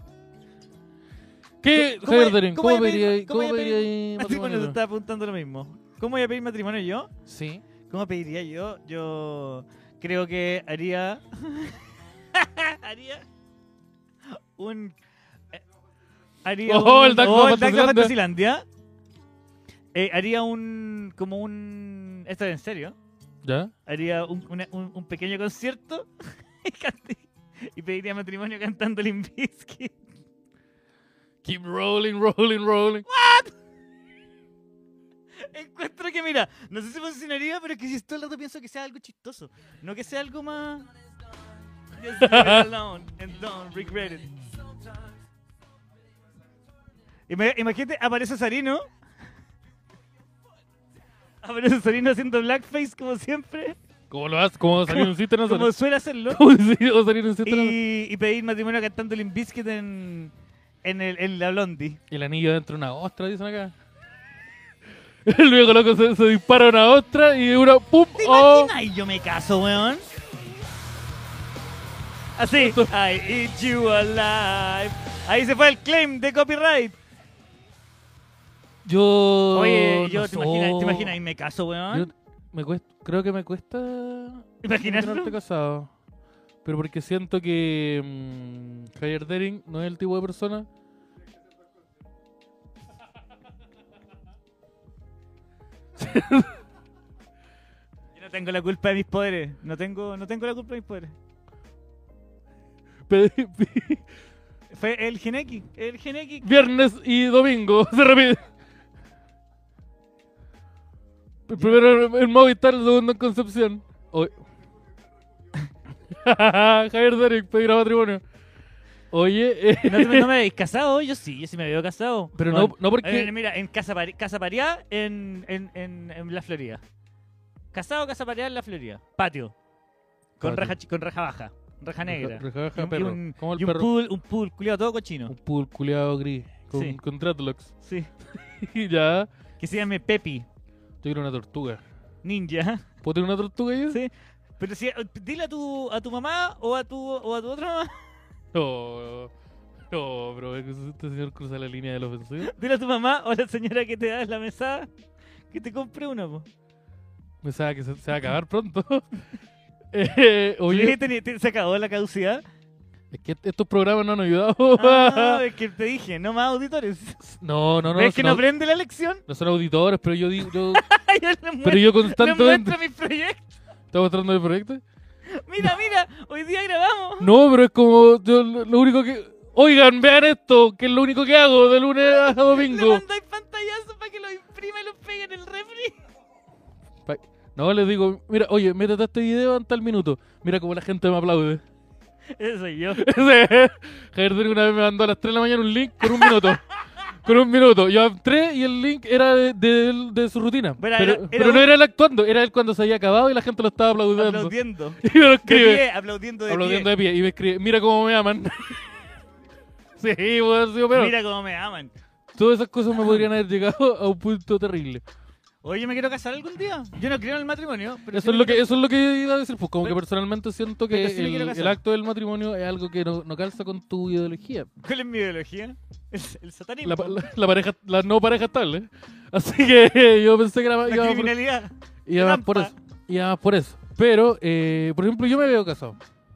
¿Qué, ¿Cómo Javier voy- Darín? cómo ¿Cómo voy a pedir- pediría cómo voy a cómo pedir pediría Matrimonio, te matrimonio? estaba preguntando lo mismo. ¿Cómo voy a pedir matrimonio yo? Sí. ¿Cómo pediría yo? Yo creo que haría... haría un... eh, Haría Oh, un... el Duck oh, de el Duck de Fantasilandia. Fantasilandia. Eh, haría un... Como un... Esto es en serio. ¿Ya? Haría un, una- un, un pequeño concierto y, cante- y pediría matrimonio cantando Limp Bizkit. Keep rolling, rolling, rolling. Encuentro que, mira, no sé si funcionaría, pero es que si todo el rato pienso que sea algo chistoso. No que sea algo más... Just leave it alone and don't regret it. Ima- Imagínate, aparece Sarino. Aparece Sarino haciendo blackface como siempre. ¿Cómo lo haces? ¿Cómo salir un sitio? No Como sé. suele hacerlo. ¿Cómo sí, o salir un sitio? Y, y pedir matrimonio cantando Limp Bizkit en, en, el, en la Blondie. El anillo dentro de una ostra, dicen acá. El viejo loco se, se dispara una ostra y una ¡pum! ¿Te ¡Oh! imaginas? Y yo me caso, weón. Así. I eat you alive. Ahí se fue el claim de copyright. Yo. Oye, yo, no ¿te imaginas? so- ¿Te imaginas? Y me caso, Yo weón. me cuesta, creo que me cuesta. ¿Imaginarlo? Imaginarte casado. Pero porque siento que. mm, Javier Dering no es el tipo de persona. Yo no tengo la culpa de mis poderes. No tengo, no tengo la culpa de mis poderes. Pe- Fue el Geneki. El Geneki. Viernes y domingo. Se repite. El primero en Movistar, el segundo en Concepción. Hoy. Javier Dering pedirá matrimonio. Oye, eh, ¿No, te- no me habéis casado? Yo sí, yo sí me veo casado. pero Bueno, no, no porque. eh, mira, en Casa, Pari- Casa Pariá, en, en, en, en la Florida. Casado, Casa Pariá, en la Florida. Patio. Con, Patio. reja, chi- con reja baja. Reja negra. Reja baja, Y un- y perro. un, Como el y un perro. pool, un pool culiado todo cochino. Un pool culiado gris. Con, Sí. con dreadlocks. Sí. Y ya. Que se llame Pepi. Yo quiero una tortuga. Ninja. ¿Puedo tener una tortuga yo? Sí. Pero si, dile a tu, a tu mamá o a tu, o a tu otra mamá. No, no, bro, es que este señor cruza la línea de lo ofensivo. Dile a tu mamá o a la señora que te da la mesada que te compre una, po. Me sabe que se, se va a acabar pronto. Eh, Sí, oye, teni- te- se acabó la caducidad. es que estos programas no han ayudado. Ah, es que te dije, no más auditores. No, no, no. ¿Ves que son no au- aprende la lección? no son auditores, pero yo digo, yo, Yo les muestro, pero yo les constantemente muestro mis proyectos. ¿estás mostrando el proyecto? Mira, mira, hoy día grabamos. No, pero es como yo, lo lo único que, oigan, vean esto, que es lo único que hago de lunes a Le domingo. mandáis pantallazos para que los imprima y los pegue en el refri. Pa- No, les digo, mira, oye, métete a este video en tal minuto. Mira cómo la gente me aplaude. Ese soy yo. Ese- Javier Drake una vez me mandó a las tres de la mañana un link con un minuto. Con un minuto. Yo entré y el link era de, de- de su rutina. Pero Pero, era- era pero no un- era él actuando, era él cuando se había acabado y la gente lo estaba aplaudiendo. Aplaudiendo. Y me lo De escribe. pie, aplaudiendo de Aplaudiendo pie. de pie. Y me escribe, mira cómo me aman. Sí, puede haber sido peor. Mira cómo me aman. Todas esas cosas me podrían haber llegado a un punto terrible. Oye, me quiero casar algún día. Yo no creo en el matrimonio. Pero Eso sí es me lo que quiero- eso es lo que iba a decir, pues como que Pero- personalmente siento que pero sí me quiero el, casar. el acto del matrimonio es algo que no, no calza con tu ideología. ¿Cuál es mi ideología? El, el satanismo. La, la- la pareja, la no pareja estable. Así que yo pensé que era más, La iba más por, criminalidad. iba más por trampa. eso. Iba más por eso. Pero, eh, por ejemplo, yo me veo casado.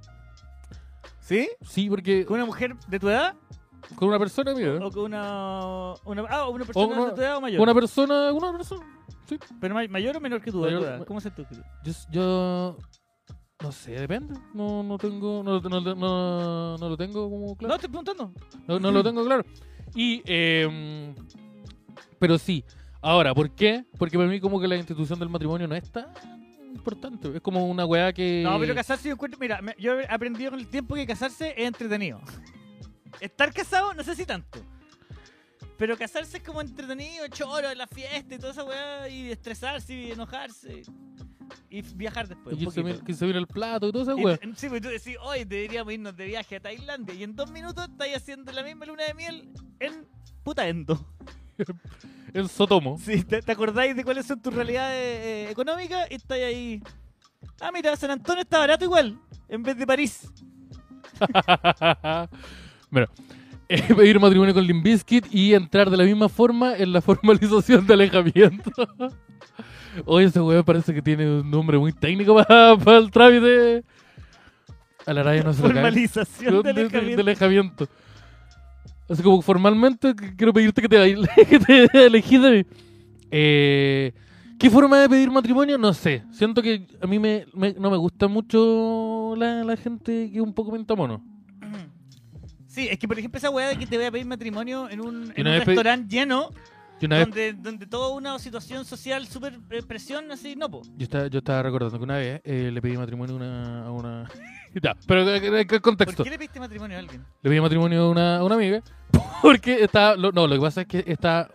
¿Sí? Sí, porque ¿Con una mujer de tu edad? con una persona, mira. ¿O con una, una, ah, una persona una- de tu edad o mayor? Una persona, una persona. Sí. ¿Pero ma- mayor o menor que tú? de Mayor- tu edad? ¿Cómo se tú? Yo, yo no sé, depende. No, no tengo, no, no, no, no, no lo tengo como No, claro. estoy preguntando. No, no lo tengo claro. Y, eh, pero sí. Ahora, ¿por qué? Porque para mí como que la institución del matrimonio no es tan importante. Es como una weá que... No, pero casarse yo encuentro... Mira, me- yo he aprendido con el tiempo que casarse es entretenido. Estar casado no sé si tanto. Pero casarse es como entretenido, choro, la fiesta y toda esa weá. Y estresarse y enojarse. Y viajar después. Y un que se, poquito. viene, que se viene el plato y toda esa Y weá. t- sí, pues tú decís, hoy deberíamos irnos de viaje a Tailandia. Y en dos minutos estáis haciendo la misma luna de miel en Putaendo. En Sotomo. Sí, ¿te, te acordáis de cuáles son tus realidades eh, económicas? Y estáis ahí. Ah, mira, San Antonio está barato igual. En vez de París. Bueno, eh, pedir matrimonio con Limp Bizkit y entrar de la misma forma en la formalización de alejamiento. Oye, ese weón parece que tiene un nombre muy técnico para el trámite. A la raya no se lo cae. Formalización de de, de- alejamiento. de alejamiento. Así como formalmente que- quiero pedirte que te, que te elegís de mí. Eh, ¿Qué forma de pedir matrimonio? No sé. Siento que a mí me, me- no me gusta mucho la, la gente que es un poco mentamono. Sí, es que por ejemplo esa weá de que te voy a pedir matrimonio en un, Y en una un vez pe- restaurante lleno, Y una vez donde, donde toda una situación social súper eh, presión, así, no, po. Yo estaba, yo estaba recordando que una vez eh, le pedí matrimonio a una... A una... Ya, pero ¿qué, qué- qué contexto? ¿Por qué le pediste matrimonio a alguien? Le pedí matrimonio a una, a una amiga porque estaba... lo- no, lo que pasa es que está...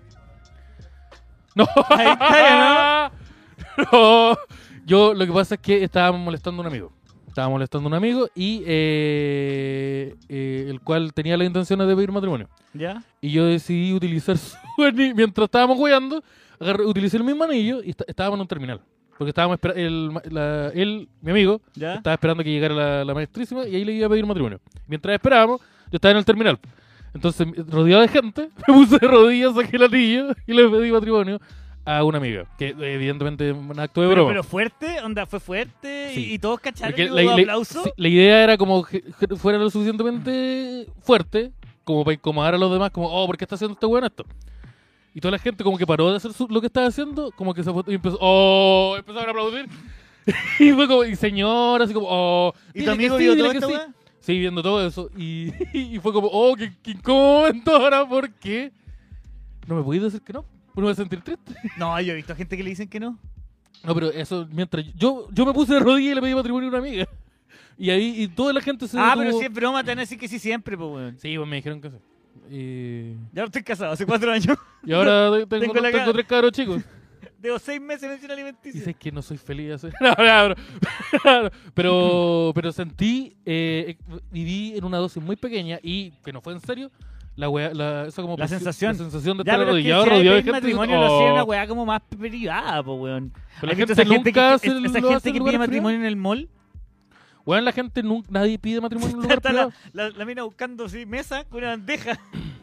No. Ahí está, No. Yo lo que pasa es que estaba molestando a un amigo. Estaba molestando a un amigo y eh, eh, el cual tenía las intenciones de pedir matrimonio. ¿Ya? Y yo decidí utilizar su anillo. Mientras estábamos jugando, agarré- utilicé el mismo anillo y est- estábamos en un terminal. Porque estábamos esperando, él, la- él, mi amigo, ¿Ya? estaba esperando que llegara la, la maestrísima y ahí le iba a pedir matrimonio. Mientras esperábamos, yo estaba en el terminal. Entonces, rodeado de gente, me puse de rodillas, saqué el anillo y le pedí matrimonio a una amiga. Que evidentemente es un acto de Pero, broma. pero fuerte, onda, fue fuerte Sí. y, y todos cacharon Porque y la, hubo la- aplauso. sí, la idea era como que que fuera lo suficientemente fuerte como para incomodar a los demás, como, oh, ¿por qué está haciendo este weón esto? Y toda la gente como que paró de hacer su- lo que estaba haciendo, como que se fue y empezó, oh, empezaron a aplaudir. Y fue como, y señora, así como, oh, ¿Y dile tu que amigo sí, vio dile toda que esta sí. weá? Sí, viendo todo eso. Y, y fue como, oh, qué, qué incómodo momento ahora, ¿por qué? No me podéis decir que no, no me voy a sentir triste. No, yo he visto gente que le dicen que no. No, pero eso, mientras yo, yo me puse de rodillas y le pedí matrimonio a una amiga. Y ahí, y toda la gente se Ah, detuvo. pero si es broma, te van a decir que sí siempre, pues, weón. Sí, pues me dijeron que sí. Y, Ya no estoy casado, hace cuatro años. y ahora tengo, Tengo tengo, la cara- tres cabros chicos. Debo seis meses en mención alimenticia. Dices que no soy feliz así. No, no, no. pero, pero sentí, eh, viví en una dosis muy pequeña y que no fue en serio. La wea, la, esa como La presión- sensación. La sensación de Ya, estar pero es que arrodillado, si hay rodeado de pedir gente. matrimonio oh. lo hacía una weá como más privada, pues, weón. Pero la ¿Has visto gente esa gente nunca que, hace es- el- esa lo gente hace en que lugares pide matrimonio en el mall? Bueno, la gente nunca, nadie pide matrimonio en un lugar Está la, privado. la, la mina buscando así, mesa con una bandeja.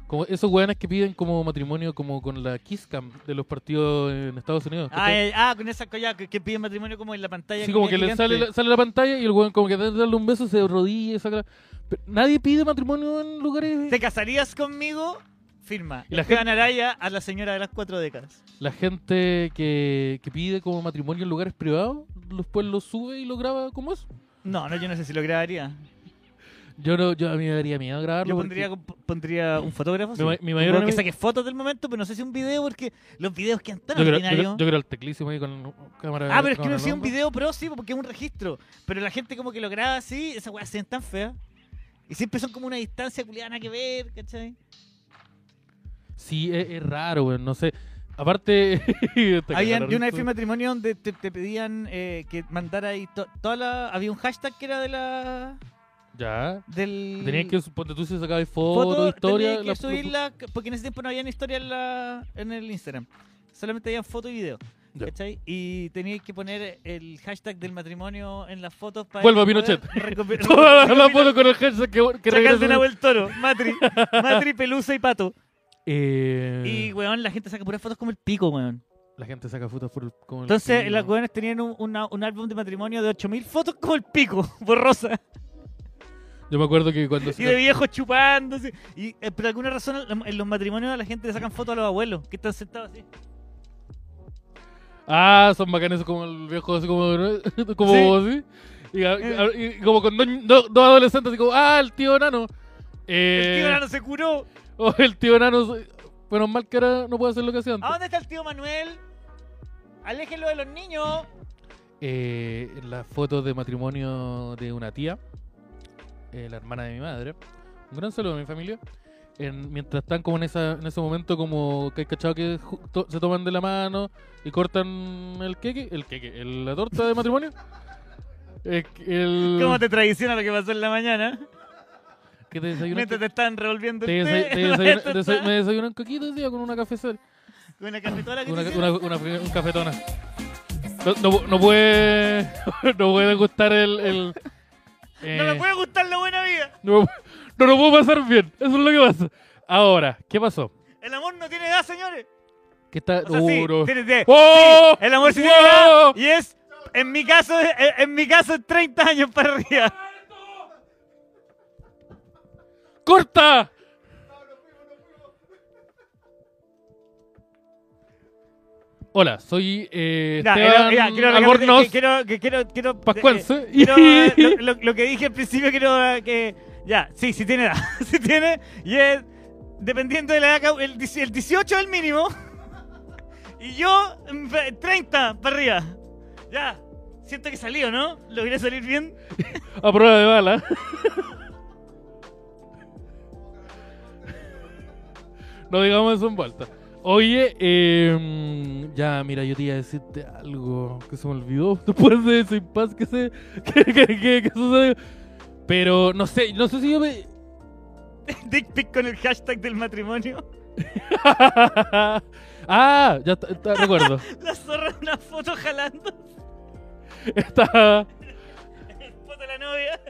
Como esos weones que piden como matrimonio como con la Kiss Cam de los partidos en Estados Unidos. Ah, ¿cachai? eh, ah, con esa colla que, que piden matrimonio como en la pantalla. Sí, como que le gigante. sale la, sale la pantalla y el weón como que de darle un beso se rodilla y saca... Pero nadie pide matrimonio en lugares... ¿Te casarías conmigo? Firma. Y la Esteban Araya a la señora de las cuatro décadas. La gente que, que pide como matrimonio en lugares privados, después lo sube y lo graba como eso. No, no, yo no sé si lo grabaría. Yo no, yo a mí me daría miedo grabarlo. Yo porque- pondría, pondría un fotógrafo. Mi sí. ma- mi Un mayor weón que enemigo- saque fotos del momento, pero no sé si un video, porque los videos quedan tan Yo creo, yo, ordinarios. creo, yo creo el teclísimo ahí con cámara. Ah, pero es que cámara no sea un al hombro. video pro, sí, porque es un registro. Pero la gente como que lo graba así, esas weas se ven tan feas. Y siempre son como una distancia culiana que ver, ¿cachai? Sí, es, es raro, weón, no sé. Aparte, te Habían, cagaron yo una vez esto. fui a matrimonio donde te, te pedían eh, que mandara ahí to- toda la... Había un hashtag que era de la... Ya. Del... Tenías que, ponte tú si sacabas foto, fotos, historia. tenía que la- subirla, porque en ese tiempo no había ni historia en, la, en el Instagram. Solamente habían foto y video. Ya. ¿Cachai? Y tenías que poner el hashtag del matrimonio en las fotos para... Vuelva poder Pinochet. recuperar- Toda la foto con el hashtag que, que Sacar regresa. de Nahuel Toro, Matri, Matri, Pelusa y Pato. Eh, Y, weón, la gente saca puras fotos como el pico, weón. La gente saca fotos por el, como el Entonces, culo. las weones tenían un, una- un álbum de matrimonio de ocho mil fotos como el pico, borrosa. Yo me acuerdo que cuando Y de viejos chupándose. Y eh, por alguna razón, en- en los matrimonios a la gente le sacan fotos a los abuelos, que están sentados así. Ah, son bacanes como el viejo, así como, ¿no? como así. Y, a- Eh. y como con dos, dos- dos adolescentes, así como, ah, el tío Nano. Eh, El tío Nano se curó. oh, el tío Nano, bueno, mal que ahora no puede hacer lo que hacía ¿A antes. dónde está el tío Manuel? Aléjenlo de los niños. Eh, en las fotos de matrimonio de una tía, eh, la hermana de mi madre, un gran saludo a mi familia. En- mientras están como en, esa, en ese momento como que hay cachado que ju- to- se toman de la mano y cortan el queque, el queque, el- la torta de matrimonio. Eh, el, ¿Cómo te traiciona lo que pasó en la mañana? que te desayunan, Mientras te están revolviendo te el té. desa- te la desayunan- torta, desa- me desayunan coquito, decía, con una cafecera, Con una cafetola que una, te una, hicieron. una- un cafetona. No, no, no puede no puede gustar el, el No eh, me puede gustar la buena vida. No, no lo puedo pasar bien. Eso es lo que pasa. Ahora, ¿qué pasó? El amor no tiene edad, señores. ¿Qué está? O sea, sí, Uh, no. tiene- tiene- ¡Oh! sí, el amor sí ¡Oh! tiene edad y es, en mi caso, en, en mi caso, es treinta años para arriba. ¡Corta! Hola, soy eh, Ya, Esteban era- ya, quiero, Albornoz que, quiero, que quiero, quiero, Pascuense. eh, quiero, eh, lo, lo- lo que dije al principio, quiero eh, que, ya, sí, sí tiene edad, sí tiene, y es, dependiendo de la edad, el, dieci- el dieciocho es el mínimo, y yo, mm, treinta para arriba, ya, siento que salió, ¿no? ¿Logré salir bien? a prueba de bala. No digamos eso en vuelta. Oye, eh, ya, mira, yo te iba a decirte algo que se me olvidó después de ese impasse que se que, que, que- que sucedió. Pero no sé, no sé si yo me. Dick pic con el hashtag del matrimonio, Ah, ya está, está, recuerdo. la zorra en una foto jalando, Está. foto de la novia.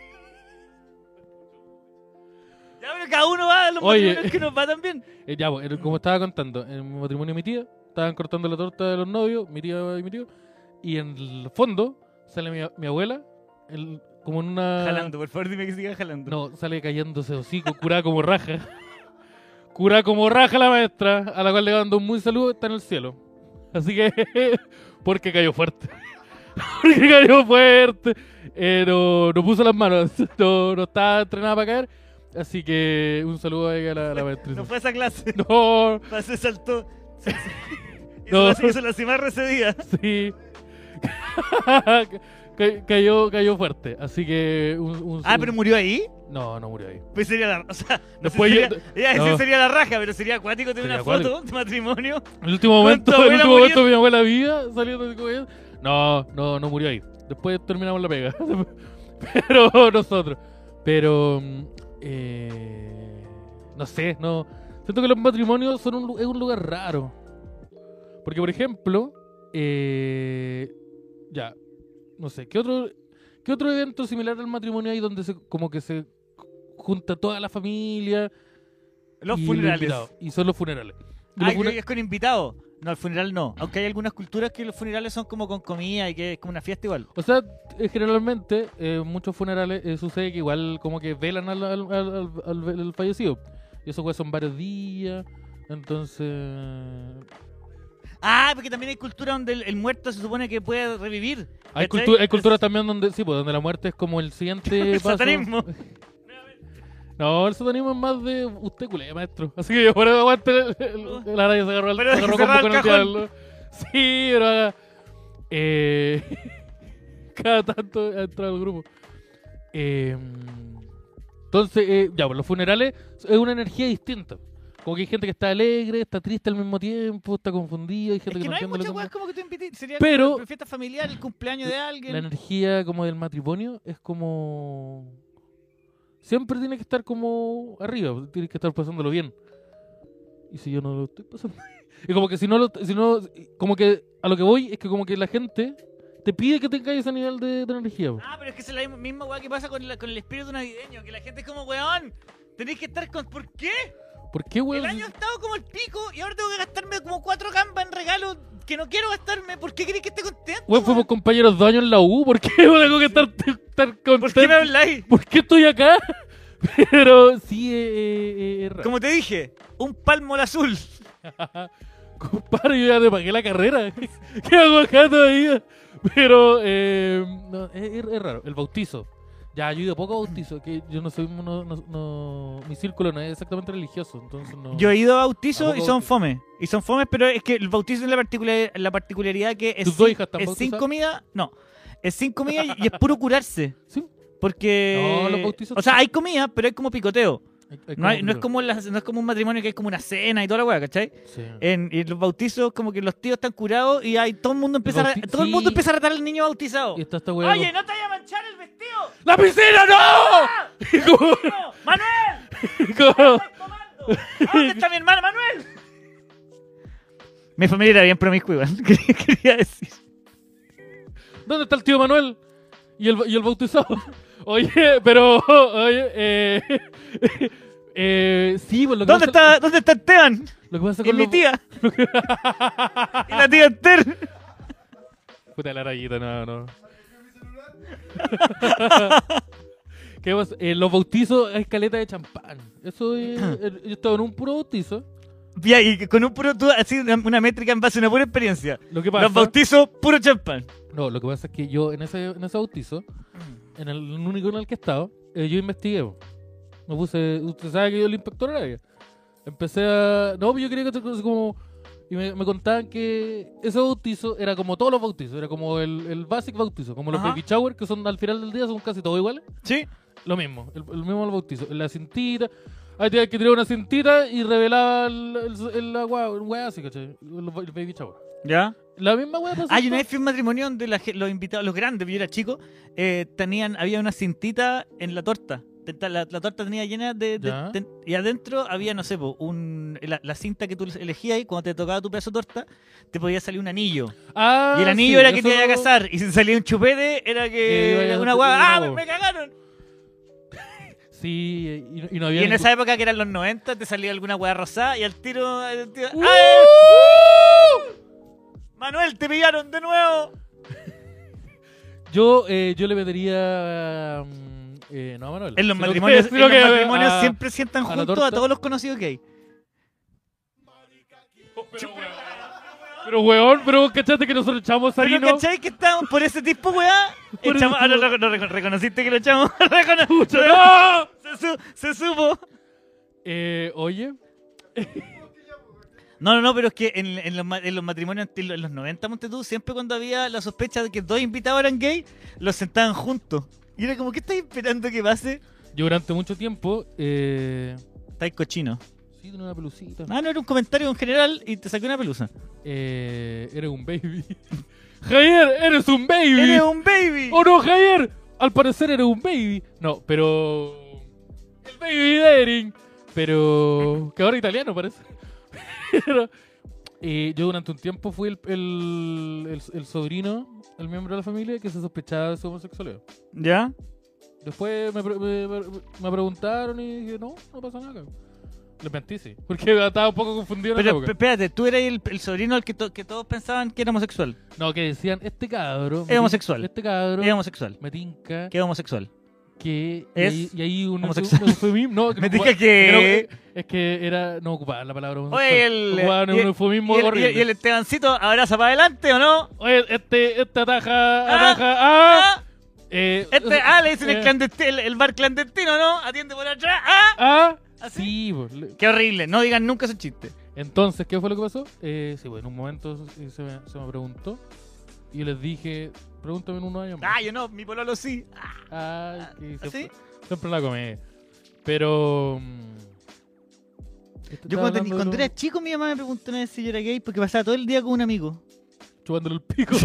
Ya, pero cada uno va a los Oye. matrimonios que nos va también. eh, ya, pues, como estaba contando, en mi matrimonio de mi tía, estaban cortando la torta de los novios, mi tía y mi tío, y en el fondo sale mi, mi abuela, el- como en una. Jalando, por favor, dime que siga jalando. No, sale cayéndose hocico, curada como raja. Curada como raja la maestra, a la cual le mando un muy saludo, está en el cielo. Así que, porque cayó fuerte. Porque cayó fuerte. Eh, no, no puso las manos, no, no estaba entrenada para caer. Así que un saludo a ella, a la, a la maestra. No fue a esa clase. No, Se saltó. Se- se- No. Hizo, la, hizo la cimarra ese día. sí. Ca- cayó, cayó fuerte. Así que un, un- Ah, un- pero murió ahí. No, no murió ahí. Pues sería la. O sea, no Después sé, yo- sería, iba a decir no. sería la raja, pero sería acuático tener Sería una acuático. foto de matrimonio. En el último momento, tu en el abuela último momento murió? mi abuela viva saliendo de comer. No, no, no murió ahí. Después terminamos la pega. Pero nosotros. Pero mm, eh, no sé, no. Siento que los matrimonios son un, lu- es un lugar raro. Porque, por ejemplo, eh, ya, no sé, ¿qué otro, qué otro evento similar al matrimonio hay donde se como que se junta toda la familia? Los y funerales. invitados. Y son los funerales. Y los Ah, funa- que es con invitados. No, el funeral no. Aunque hay algunas culturas que los funerales son como con comida y que es como una fiesta igual. O sea, eh, generalmente, eh, muchos funerales eh, sucede que igual como que velan al, al, al, al- al- al fallecido. Y esos pues son varios días. Entonces... Ah, porque también hay cultura donde el, el muerto se supone que puede revivir. Hay, ¿cachai? cultu- hay culturas Es- también donde sí, pues donde la muerte es como el siguiente El paso. satanismo. No, el satanismo es más de usted culé, maestro. Así que por eso aguante el, el, el araña se agarró al Pero se es que agarró cerraba combo con el el cajón. diablo. Sí, pero haga- eh, cada tanto ha entrado al grupo. Eh, entonces, eh, ya, pues los funerales es una energía distinta. Como que hay gente que está alegre, está triste al mismo tiempo, está confundida, hay gente Es que, que no hay entiende lo muchas que- weas como que tú invites. Sería Pero- como fiesta familiar, el cumpleaños de alguien. La energía como del matrimonio es como... Siempre tiene que estar como arriba, tienes que estar pasándolo bien. Y si yo no lo estoy pasando... Y como que si no lo... Si no, como que a lo que voy es que como que la gente te pide que tengas ese nivel de, de energía. po. Ah, pero es que esa es la misma weá que pasa con, la- con el espíritu navideño. Que la gente es como, weón, tenéis que estar con... ¿Por qué? ¿Por qué, weón? El año ha estado como el pico y ahora tengo que gastarme como cuatro gambas en regalos que no quiero gastarme. ¿Por qué querés que esté contento? Weón, fuimos compañeros dos años en la U, ¿por qué weón, tengo que estar, estar contento? ¿Por qué me habláis? ¿Por qué estoy acá? Pero sí, eh, eh, es raro. Como te dije, un palmo al azul. Compadre, yo ya te pagué la carrera. ¿Qué hago acá todavía? Pero, eh, no, es, es- es raro. El bautizo. Ya, yo he ido poco a bautizo. Que yo no soy. No, no- no- mi círculo no es exactamente religioso. Entonces no. Yo he ido a bautizos ¿A y poco son bautizo? fome. Y son fomes, pero es que el bautizo es la, particular, la particularidad que es, ¿Tus dos sin, hijas están es sin bautizadas? comida. No, es sin comida y, y es puro curarse. Sí. Porque. No, los bautizos O sea, sí. hay comida, pero hay como picoteo. Hay- hay No, hay- no es que- como las- no es como un matrimonio que hay como una cena y toda la weá, ¿cachai? Sí. En, y en los bautizos, como que los tíos están curados y hay, todo el mundo empieza a, bauti- todo el mundo sí. empieza a tratar al niño bautizado. Y está esta weá. Oye, no te vayas a manchar el vestido. ¡La piscina, no! Y como- ¡No! ¡Manuel! como- ¡Estás tomando! ¿A dónde está mi hermana Manuel? Mi familia era bien promiscua, igual. quería, quería decir. ¿Dónde está el tío Manuel? Y el, y el bautizado. Oye, pero. Oye, eh. eh sí, pues lo que ¿Dónde pasa- está, ¿Dónde está Esteban? Lo que pasa Y con mi los- tía. Y la tía Esther. Puta la rayita, no, no. ¿Qué pasa? En los bautizos hay caleta de champán. Eso es. eh, Yo estaba en un puro bautizo. Ya, y con un puro, tú, así una, una métrica en base a una pura experiencia. Lo que pasa. Los bautizos, puro champán. No, lo que pasa es que yo en ese, en ese bautizo, en el, único en el que he estado, eh, yo investigué. po. Me puse. Usted sabe que yo el inspector era. Empecé a. No, yo quería que otra cosa como. Y me, me contaban que ese bautizo era como todos los bautizos, era como el, el basic bautizo, como los Ajá. baby shower, que son al final del día son casi todos iguales. ¿Sí? Lo mismo, el, el mismo bautizo. La cintita, ahí tenías que tirar una cintita y revelaba el, el, el, la wea, wea así, ¿cachai? El, el baby shower. ¿Ya? La misma wea pasó. Ah, yo una vez fui a un matrimonio donde la ge- los invitados, los grandes, yo era chico, eh, tenían, había una cintita en la torta. Te- La, la torta tenía llena de... de- Ya. de- y adentro había, no sé, po, un, la, la cinta que tú elegías y cuando te tocaba tu pedazo de torta, te podía salir un anillo. Ah, y el anillo sí, era que eso te iba a lo- casar. Y si salía un chupete, era Que que... iba a- era una te- guava. ¡Ah, una me, me cagaron! Sí, y, no- y no Y había. en ningún- esa época, que eran los noventa, te salía alguna hueá rosada y al tiro... el tío, ¡Uh! ¡ay! ¡Manuel, te pillaron de nuevo! Yo, eh, yo le pediría. mm, eh, no a Manuel. En los sino matrimonios, que- en sino los que matrimonios a- siempre sientan a la juntos a torta. todos los conocidos que hay. Pero weón, pero vos cachate que nosotros echamos Pero harino. ¿cachai que estamos por ese tipo, weá? Por Echamos, ese ah, no, tipo. no, no, reco- reconociste que lo echamos. Recono- Pucha, ¡no! se, su- se supo. Eh, oye, No, no, no, pero es que en, en los, ma- en los matrimonios en los noventa, monte tú, siempre cuando había la sospecha de que dos invitados eran gay, los sentaban juntos. Y era como, ¿qué estáis esperando que pase? yo durante mucho tiempo. Eh, Estáis cochino. sí, tenía una pelucita. Ah, no, era un comentario en general y te saqué una pelusa. Eh, eres un baby. Javier, eres un baby. ¡Eres un baby! ¡Oh no, Javier! Al parecer eres un baby. No, pero. El baby dating. Pero. Que ahora italiano parece. Pero, eh, yo durante un tiempo fui el, el, el, el sobrino, el miembro de la familia que se sospechaba de su homosexualidad. ¿Ya? Después me, pre- me, me- me preguntaron y dije, no, no pasa nada. Le mentí, sí. Porque estaba un poco confundido en esa Pero época. espérate, tú eras el, el sobrino al que, to- que todos pensaban que era homosexual. No, que decían, este cabro... Es homosexual. Este cabro Es homosexual. me tinca Que es homosexual. que... Es y ahí, y ahí un, homosexual. un eufemismo... No, que Me no tinca ocupa- que- no, es que era... No ocupaba la palabra homosexual. Oye, el. Ocupaban y un el- eufemismo y el- horrible. y el Estebancito abraza para adelante, ¿o no? Oye, este, este ataja... Ah, Ataja... ¡Ah! Ah, Eh, este, ah, le dicen el, eh, clandestino, el, el bar clandestino, ¿no? Atiende por atrás. ¡Ah! ¿Ah? ¿Así? Sí, pues, le- Qué horrible, no digan nunca ese chiste. Entonces, ¿qué fue lo que pasó? Eh, sí, bueno, en un momento se se me, se me preguntó y yo les dije, pregúntame en unos años más. Ah, yo no, mi pololo sí. Ay, que ¿Así? siempre, siempre la comí. Pero... mm, esto Yo estaba cuando, teni- hablando cuando de era chico, mi mamá me preguntó una vez si yo era gay porque pasaba todo el día con un amigo. lo- chupándole el pico.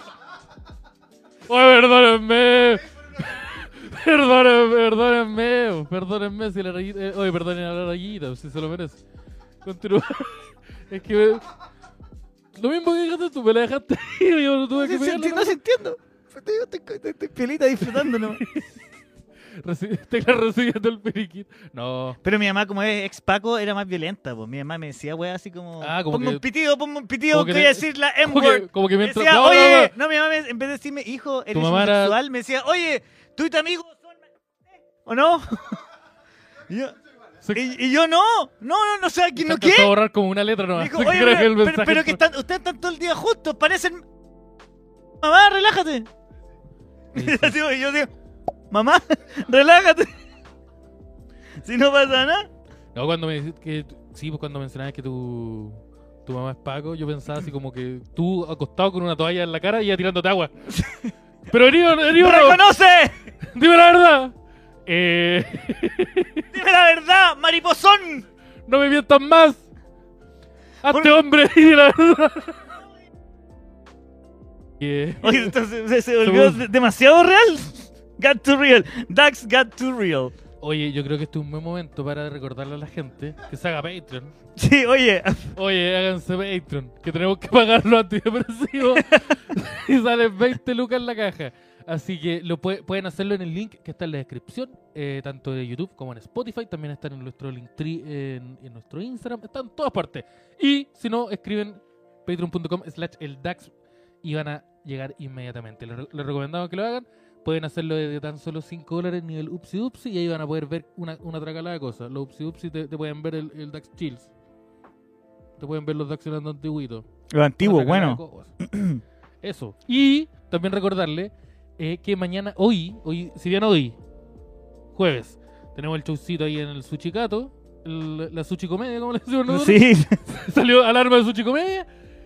Oye, perdónenme. Perdónenme, perdónenme. Perdónenme si la rayita... eh, oye, perdonen a la rayita, si se lo merece. Continúa. Es que... me- Lo mismo que dejaste tú, me la dejaste ahí, yo no tuve No que se, pegarle, enti- no se entiendo. Te digo, Estoy, estoy, estoy piolita disfrutando nomás. Reci- Te la recibiendo el periquito. No. Pero mi mamá, como es ex Paco, era más violenta. Pues. Mi mamá me decía, weá, así como. Ah, como ponme que- un pitido, ponme un pitido, como que que voy a te- decir la Como M-word. que, como que Me mientras... decía, no, no, oye, no. no, mi mamá, me- en vez de decirme, hijo, eres mamá era- homosexual, me decía, oye, tú y tu amigo son. ¿O no? y, yo, Se- y- y yo no, no, no, no sé, ¿quién se no alcanzó qué? a borrar como una letra Me nomás. dijo, Creo oye, que pero, el pero- mensaje pero que fue- están, ustedes están todo el día juntos, parecen. Mamá, relájate. Sí, sí. Así, y yo digo, mamá, relájate. Si no pasa nada. No, cuando me dijiste que... Sí, pues cuando mencionabas que tu... Tu mamá es Paco, yo pensaba así como que tú acostado con una toalla en la cara y ella tirándote agua. Pero herido, herido. ¡Reconoce! Dime la verdad. Eh... ¡Dime la verdad, mariposón! No me mientas más. Hazte Por- hombre y di la verdad. Eh, Oye, entonces se, se volvió Somos- de- demasiado real. Got too real. Dax got too real. Oye, yo creo que este es un buen momento para recordarle a la gente que se haga Patreon. Sí, oye. Oye, háganse Patreon, que tenemos que pagar los antidepresivos y salen veinte lucas en la caja. Así que lo pue- pueden hacerlo en el link que está en la descripción, eh, tanto de YouTube como en Spotify. También están en nuestro Linktree, en, en nuestro Instagram, están en todas partes. Y si no, escriben patreon.com slash el DAX y van a llegar inmediatamente. Les, re- les recomendamos que lo hagan. Pueden hacerlo de tan solo cinco dólares nivel Upsi Upsi y ahí van a poder ver una, una tracalada de cosas. Los Upsi Upsi te, te pueden ver el, el DAX Chills. Te pueden ver los DAX hablando antiguitos. Lo antiguo, Una tracalada bueno. de cosas. Eso. Y también recordarle eh, que mañana, hoy, hoy, si bien hoy, jueves, tenemos el showcito ahí en el Suchicato, el- la Suchi Comedia, como le decimos nosotros. Sí. Salió alarma de Suchi Comedia.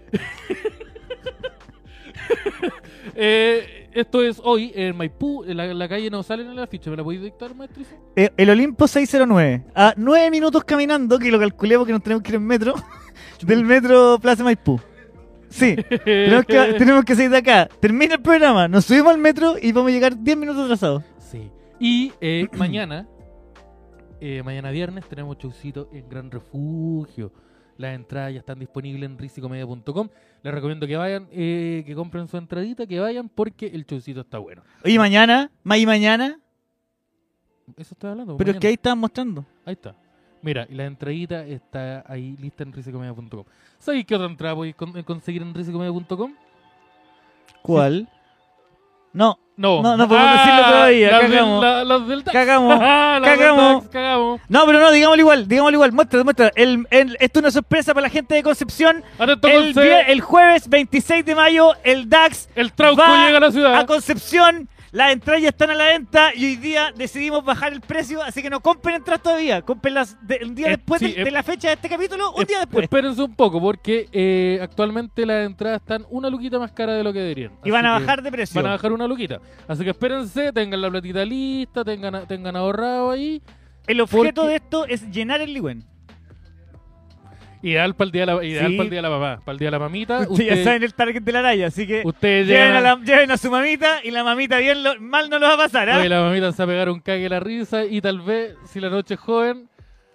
Eh, esto es hoy en Maipú, en la, en la calle no sale en la ficha. ¿Me la podéis dictar, maestrizo? Eh, el Olimpo seiscientos nueve. A nueve minutos caminando, que lo calculé porque nos tenemos que ir en metro. Del metro Plaza Maipú. Sí. tenemos, que, tenemos que salir de acá. Termina el programa, nos subimos al metro y vamos a llegar diez minutos atrasados. Sí. Y eh, mañana, eh, mañana viernes, tenemos showcito en Gran Refugio. Las entradas ya están disponibles en risicomedia punto com. Les recomiendo que vayan, eh, que compren su entradita, que vayan porque el showcito está bueno. Oye, mañana, ma y mañana. Eso estoy hablando. Pero es mañana. que ahí estaban mostrando. Ahí está. Mira, y la entradita está ahí lista en risicomedia punto com. ¿Sabéis qué otra entrada podéis con- conseguir en risicomedia punto com? ¿Cuál? No, No. No, no podemos decirlo todavía, Las del, cagamos. la- las del DAX. Cagamos, Las del cagamos. DAX, cagamos. no, pero no, digámoslo igual, digámoslo igual. Muestra, muestra. El, el- esto es una sorpresa para la gente de Concepción. Atento, El, Conce. día- el jueves veintiséis de mayo, el DAX El Trauco va llega a la ciudad. a Concepción. Las entradas ya están a la venta y hoy día decidimos bajar el precio, así que no compren entradas todavía. Comprenlas de- un día Eh, después sí, de, eh, de la fecha de este capítulo, un Es- día después. Espérense un poco, porque eh, actualmente las entradas están una luquita más cara de lo que deberían. Y van Así a que bajar de precio. Van a bajar una luquita. Así que espérense, tengan la platita lista, tengan, tengan ahorrado ahí. El objeto porque- de esto es llenar el Ligüen. Ideal para el día de la, ideal Sí. para el día de la mamá. Para el día de la mamita. Ustedes ya usted- saben el target de la raya, así que Ustedes lleven llegan a, a- la- lleven a su mamita y la mamita bien lo- mal no lo va a pasar, ¿ah? Oye, la mamita se va a pegar un cague la risa y tal vez, si la noche es joven,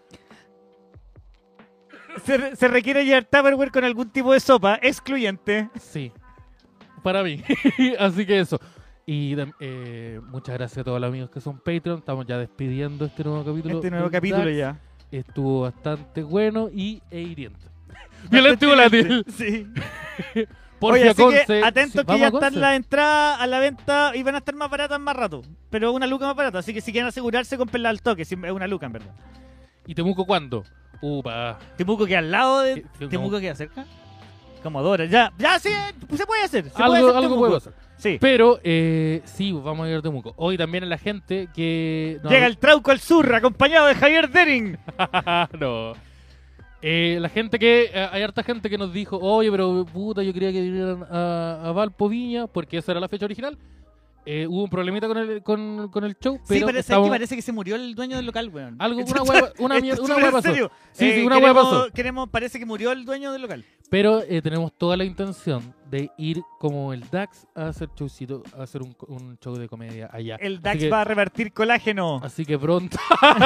Se, re- se requiere llevar Tupperware con algún tipo de sopa excluyente. sí. Para mí. Así que eso. Y tam- eh, muchas gracias a todos los amigos que son Patreon. Estamos ya despidiendo este nuevo capítulo. Este nuevo del capítulo DAX. ya. estuvo bastante bueno y e hiriente. Violento y volátil. Sí. Porfia Oye, así Conce. que atentos Sí, que ya vamos a están Conce. las entradas a la venta y van a estar más baratas más rato. Pero una luca más barata, así que si quieren asegurarse, cómprenla al toque, si es una luca en verdad. ¿Y Temuco cuándo? Upa. Temuco queda al lado de... ¿Qué- qué- ¿Temuco cómo? queda cerca? Como dos horas. Ya, ya sí, se puede hacer. Se puede Algo, hacer algo Temuco. puedo hacer. Sí. Pero eh, sí, vamos a ir a Temuco. Hoy también a la gente que... no, Llega el Trauco al Sur, acompañado de Javier Dering. no. Eh, la gente que... eh, hay harta gente que nos dijo, oye, pero puta, yo quería que vinieran a, a Valpo Viña, porque esa era la fecha original. Eh, hubo un problemita con el, con, con el show, Sí, pero parece, estamos- que parece que se murió el dueño del local, weón. Algo, Esto una está- hueá, una esto mierda, es una súper hueá en pasó. serio. Sí, Eh, sí, una hueá queremos- pasó. Queremos, parece que murió el dueño del local. Pero eh, tenemos toda la intención de ir como el Dax a hacer showcito, a hacer un, un show de comedia allá. El Así Dax que- va a revertir colágeno. Así que pronto.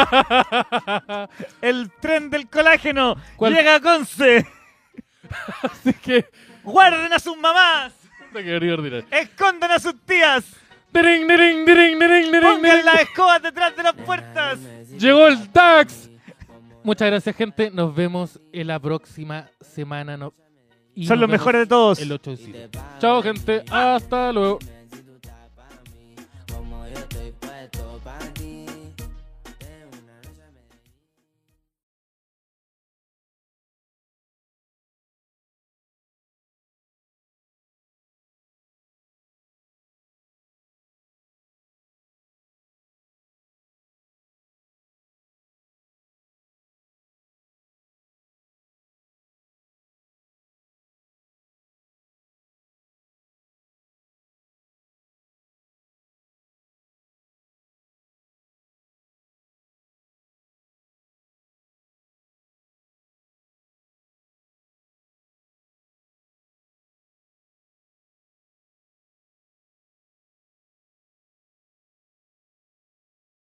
El tren del colágeno ¿Cuál? llega a Conce. Así que. Guarden a sus mamás. Puta que quería ordenar. Escondan a sus tías. Diring, diring, diring, diring, diring, Pongan diring. las escobas detrás de las puertas. Llegó el Dax. Muchas gracias, gente. Nos vemos en la próxima semana. No- y Son nos los vemos mejores de todos. El ocho de Chao, gente. Hasta luego.